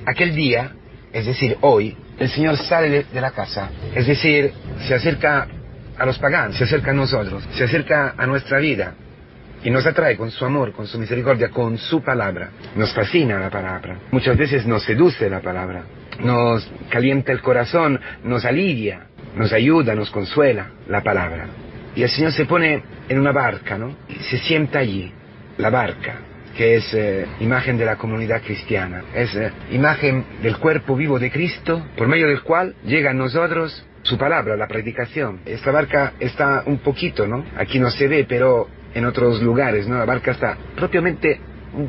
aquel día, es decir, hoy, el Señor sale de la casa, es decir, se acerca a los paganos, se acerca a nosotros, se acerca a nuestra vida y nos atrae con su amor, con su misericordia, con su palabra. Nos fascina la palabra, muchas veces nos seduce la palabra, nos calienta el corazón, nos alivia, nos ayuda, nos consuela la palabra. Y el Señor se pone en una barca, ¿no? Y se sienta allí, la barca, que es imagen de la comunidad cristiana, es imagen del cuerpo vivo de Cristo, por medio del cual llega a nosotros su palabra, la predicación. Esta barca está un poquito, ¿no? Aquí no se ve, pero en otros lugares, ¿no? La barca está propiamente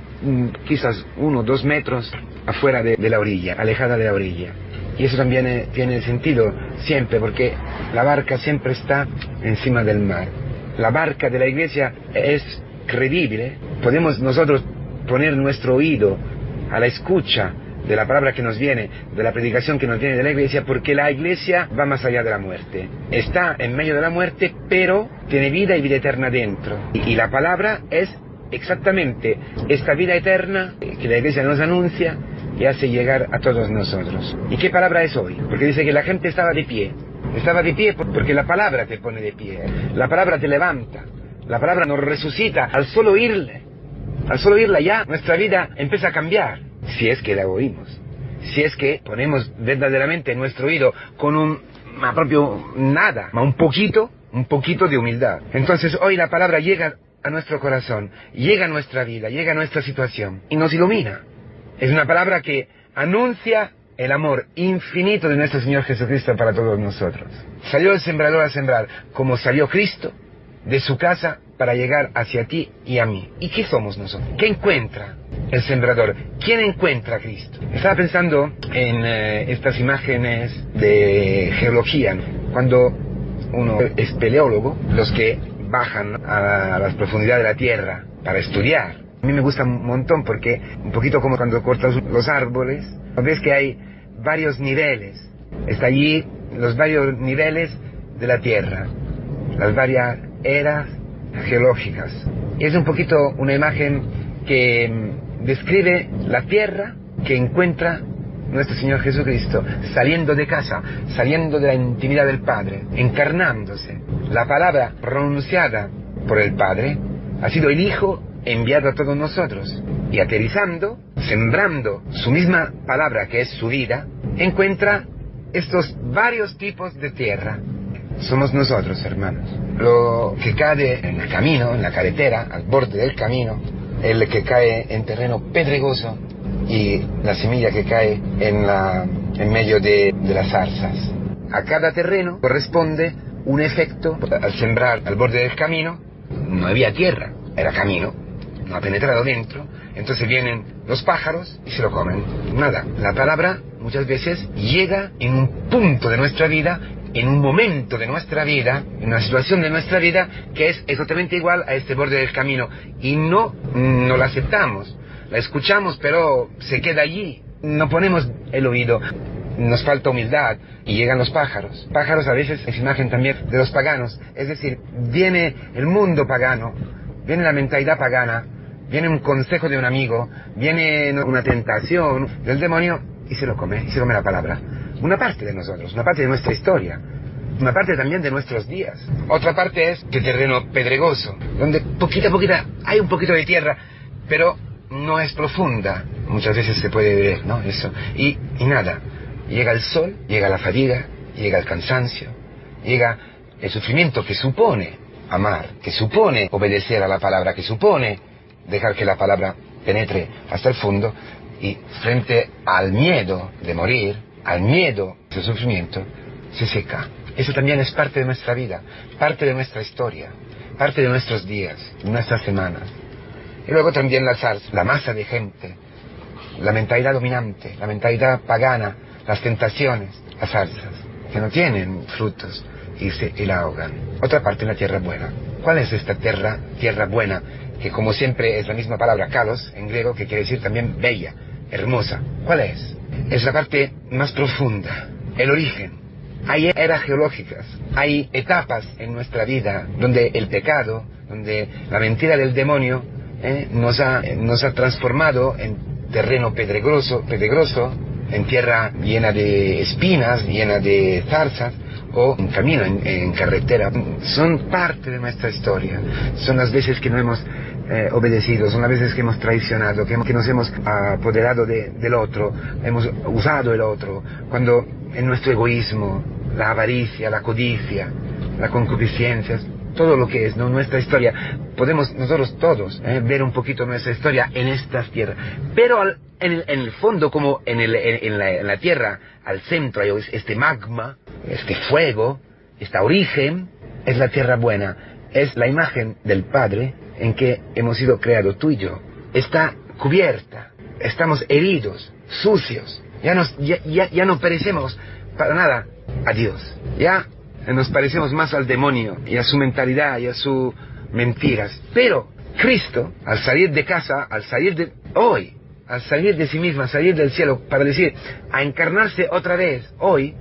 quizás 1 o 2 metros afuera de la orilla, alejada de la orilla. Y eso también tiene sentido siempre, porque la barca siempre está encima del mar. La barca de la iglesia es creíble. Podemos nosotros poner nuestro oído a la escucha de la palabra que nos viene, de la predicación que nos viene de la iglesia, porque la iglesia va más allá de la muerte. Está en medio de la muerte, pero tiene vida y vida eterna dentro. Y la palabra es exactamente esta vida eterna que la iglesia nos anuncia y hace llegar a todos nosotros. ¿Y qué palabra es hoy? Porque dice que la gente estaba de pie. Estaba de pie porque la palabra te pone de pie. La palabra te levanta. La palabra nos resucita. Al solo oírle, al solo oírla ya, nuestra vida empieza a cambiar. Si es que la oímos. Si es que ponemos verdaderamente nuestro oído con un propio nada, un poquito de humildad. Entonces hoy la palabra llega a nuestro corazón, llega a nuestra vida, llega a nuestra situación y nos ilumina. Es una palabra que anuncia el amor infinito de nuestro Señor Jesucristo para todos nosotros. Salió el sembrador a sembrar, como salió Cristo de su casa para llegar hacia ti y a mí. ¿Y qué somos nosotros? ¿Qué encuentra el sembrador? ¿Quién encuentra a Cristo? Estaba pensando en estas imágenes de geología, ¿no? Cuando uno es espeleólogo, los que bajan a las profundidades de la tierra para estudiar. A mí me gusta un montón porque, un poquito como cuando cortas los árboles, ves que hay varios niveles. Está allí los varios niveles de la tierra, las varias eras geológicas. Y es un poquito una imagen que describe la tierra que encuentra nuestro Señor Jesucristo, saliendo de casa, saliendo de la intimidad del Padre, encarnándose. La palabra pronunciada por el Padre ha sido el Hijo enviado a todos nosotros, y aterrizando, sembrando su misma palabra que es su vida, encuentra estos varios tipos de tierra. Somos nosotros, hermanos. Lo que cae en el camino, en la carretera, al borde del camino, el que cae en terreno pedregoso, y la semilla que cae en medio de las zarzas. A cada terreno corresponde un efecto. Al sembrar al borde del camino, no había tierra, era camino, no ha penetrado dentro, entonces vienen los pájaros y se lo comen. Nada, la palabra muchas veces llega en un punto de nuestra vida, en un momento de nuestra vida, en una situación de nuestra vida que es exactamente igual a este borde del camino, y no la aceptamos, la escuchamos, pero se queda allí, no ponemos el oído. Nos falta humildad y llegan los pájaros. Pájaros a veces es imagen también de los paganos, es decir, viene el mundo pagano, viene la mentalidad pagana, viene un consejo de un amigo, viene una tentación del demonio y se lo come la palabra. Una parte de nosotros, una parte de nuestra historia, una parte también de nuestros días. Otra parte es de terreno pedregoso, donde poquita a poquita hay un poquito de tierra, pero no es profunda. Muchas veces se puede ver, ¿no? Eso. Y nada. Llega el sol, llega la fatiga, llega el cansancio, llega el sufrimiento que supone amar, que supone obedecer a la palabra, que supone dejar que la palabra penetre hasta el fondo, y frente al miedo de morir, al miedo del sufrimiento, se seca. Eso también es parte de nuestra vida, parte de nuestra historia, parte de nuestros días, de nuestras semanas. Y luego también la zarza, la masa de gente, la mentalidad dominante, la mentalidad pagana, las tentaciones, las zarzas, que no tienen frutos y la ahogan. Otra parte, la tierra buena. ¿Cuál es esta tierra buena? Que como siempre es la misma palabra kalos en griego, que quiere decir también bella, hermosa. ¿Cuál es? Es la parte más profunda, el origen. Hay eras geológicas, hay etapas en nuestra vida donde el pecado, donde la mentira del demonio nos ha transformado en terreno pedregoso, en tierra llena de espinas, llena de zarzas, o en camino, en carretera. Son parte de nuestra historia. Son las veces que no hemos obedecido, son las veces que hemos traicionado, que nos hemos apoderado del otro, hemos usado el otro, cuando en nuestro egoísmo, la avaricia, la codicia, la concupiscencia, todo lo que es, ¿no?, nuestra historia, podemos nosotros todos ver un poquito nuestra historia en estas tierras, pero en el fondo, como en la tierra, al centro hay este magma, este fuego, este origen, es la tierra buena, es la imagen del Padre en que hemos sido creados tú y yo. Está cubierta, estamos heridos, sucios, ya no parecemos para nada a Dios, ya nos parecemos más al demonio y a su mentalidad y a sus mentiras. Pero Cristo, al salir de casa, al salir de sí mismo, al salir del cielo, para decir, a encarnarse otra vez hoy,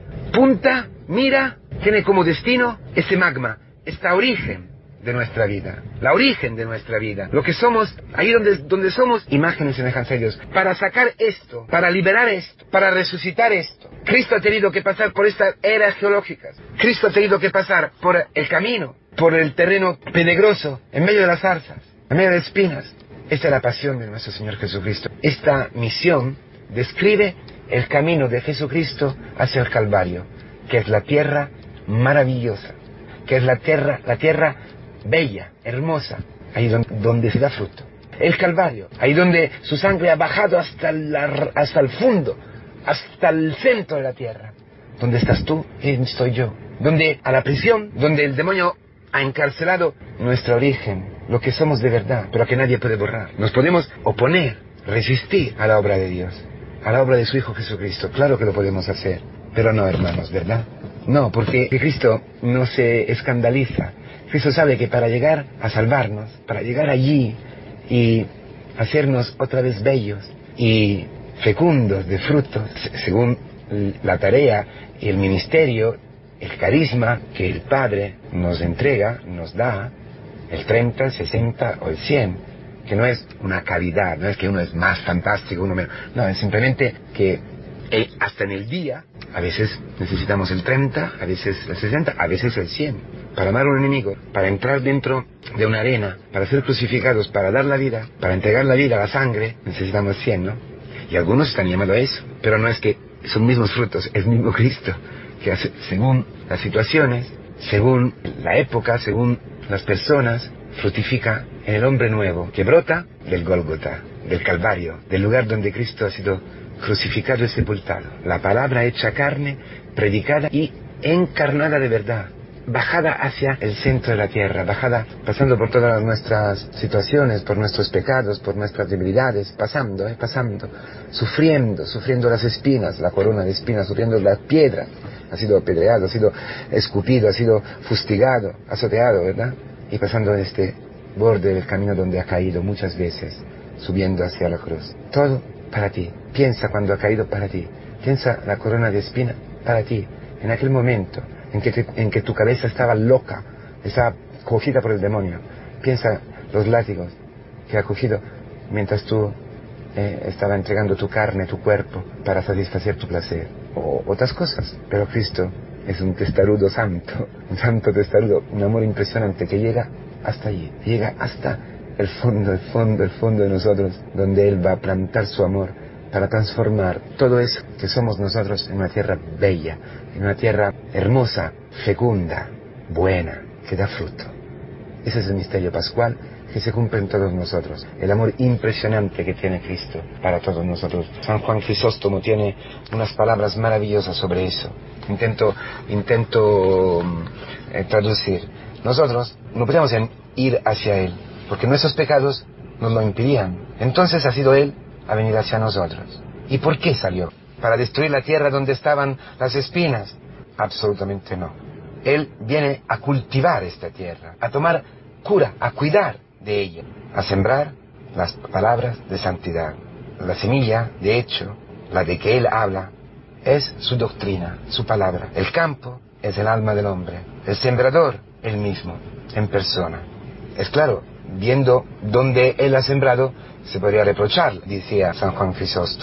mira, tiene como destino ese magma, este origen de nuestra vida, la origen de nuestra vida, lo que somos, ahí donde somos imagen y semejanza de Dios. Para sacar esto, para liberar esto, para resucitar esto, Cristo ha tenido que pasar por estas eras geológicas. Cristo ha tenido que pasar por el camino, por el terreno peligroso, en medio de las zarzas, en medio de espinas. Esta es la pasión de nuestro Señor Jesucristo. Esta misión describe el camino de Jesucristo hacia el Calvario, que es la tierra maravillosa, que es la tierra bella, hermosa, ahí donde se da fruto. El Calvario, ahí donde su sangre ha bajado hasta el fondo, hasta el centro de la tierra. Donde estás tú y estoy yo. Donde a la prisión, donde el demonio ha encarcelado nuestro origen, lo que somos de verdad, pero que nadie puede borrar. Nos podemos oponer, resistir a la obra de Dios, a la obra de su Hijo Jesucristo. Claro que lo podemos hacer, pero no, hermanos, ¿verdad? No, porque Cristo no se escandaliza. Cristo sabe que para llegar a salvarnos, para llegar allí y hacernos otra vez bellos y fecundos de frutos, según la tarea y el ministerio, el carisma que el Padre nos entrega, nos da, el 30, el 60 o el 100, que no es una calidad, no es que uno es más fantástico, uno menos, no, es simplemente que hasta en el día, a veces necesitamos el 30, a veces el 60, a veces el 100. Para amar a un enemigo, para entrar dentro de una arena, para ser crucificados, para dar la vida, para entregar la vida, la sangre, necesitamos 100, ¿no? Y algunos están llamados a eso, pero no es que son mismos frutos, es el mismo Cristo, que hace, según las situaciones, según la época, según las personas, frutifica en el hombre nuevo, que brota del Gólgota, del Calvario, del lugar donde Cristo ha sido crucificado y sepultado. La palabra hecha carne, predicada y encarnada de verdad, bajada hacia el centro de la tierra, bajada, pasando por todas nuestras situaciones, por nuestros pecados, por nuestras debilidades, pasando, sufriendo las espinas, la corona de espinas, sufriendo las piedras, ha sido apedreado, ha sido escupido, ha sido fustigado, azoteado, ¿verdad? Y pasando en este borde del camino donde ha caído muchas veces, subiendo hacia la cruz. Todo para ti. Piensa cuando ha caído para ti. Piensa la corona de espina para ti. En aquel momento en que tu cabeza estaba loca, estaba cogida por el demonio. Piensa los látigos que ha cogido mientras tú estaba entregando tu carne, tu cuerpo, para satisfacer tu placer. O otras cosas. Pero Cristo es un testarudo santo, un santo testarudo, un amor impresionante que llega hasta allí, llega hasta el fondo de nosotros, donde Él va a plantar su amor para transformar todo eso que somos nosotros en una tierra bella, en una tierra hermosa, fecunda, buena, que da fruto. Ese es el misterio pascual que se cumple en todos nosotros, el amor impresionante que tiene Cristo para todos nosotros. San Juan Crisóstomo tiene unas palabras maravillosas sobre eso. Intento traducir. Nosotros no podemos ir hacia Él, porque nuestros pecados nos lo impidían. Entonces ha sido Él a venir hacia nosotros. ¿Y por qué salió? ¿Para destruir la tierra donde estaban las espinas? Absolutamente no. Él viene a cultivar esta tierra, a tomar cura, a cuidar de ella, a sembrar las palabras de santidad. La semilla, de hecho, la de que Él habla, es su doctrina, su palabra. El campo es el alma del hombre. El sembrador, Él mismo, en persona. Es claro, viendo dónde Él ha sembrado, se podría reprochar, decía San Juan Crisóstomo.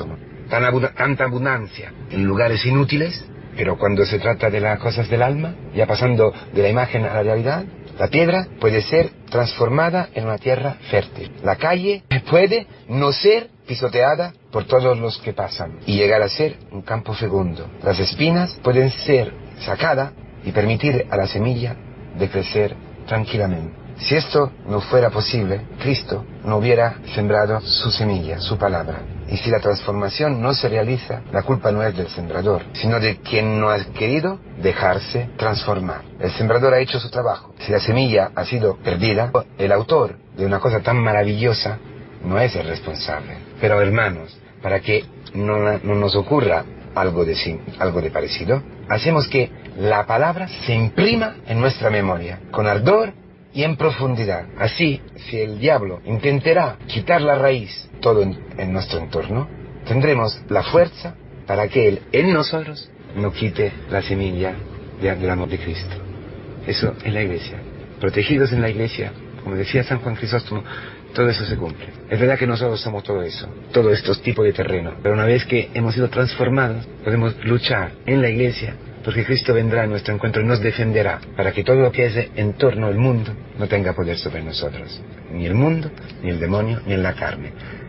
tanta abundancia en lugares inútiles, pero cuando se trata de las cosas del alma, ya pasando de la imagen a la realidad, la piedra puede ser transformada en una tierra fértil. La calle puede no ser pisoteada por todos los que pasan y llegar a ser un campo fecundo. Las espinas pueden ser sacadas y permitir a la semilla de crecer tranquilamente. Si esto no fuera posible, Cristo no hubiera sembrado su semilla, su palabra. Y si la transformación no se realiza, la culpa no es del sembrador, sino de quien no ha querido dejarse transformar. El sembrador ha hecho su trabajo. Si la semilla ha sido perdida, el autor de una cosa tan maravillosa no es el responsable. Pero hermanos, para que no nos ocurra algo de parecido, hacemos que la palabra se imprima en nuestra memoria, con ardor y en profundidad. Así, si el diablo intentará quitar la raíz todo en nuestro entorno, tendremos la fuerza para que él en nosotros no quite la semilla del amor de Cristo. Eso es la iglesia. Protegidos en la iglesia, como decía San Juan Crisóstomo, todo eso se cumple. Es verdad que nosotros somos todo eso, todos estos tipos de terreno, pero una vez que hemos sido transformados, podemos luchar en la iglesia, porque Cristo vendrá a nuestro encuentro y nos defenderá, para que todo lo que es en torno al mundo no tenga poder sobre nosotros, ni el mundo, ni el demonio, ni en la carne.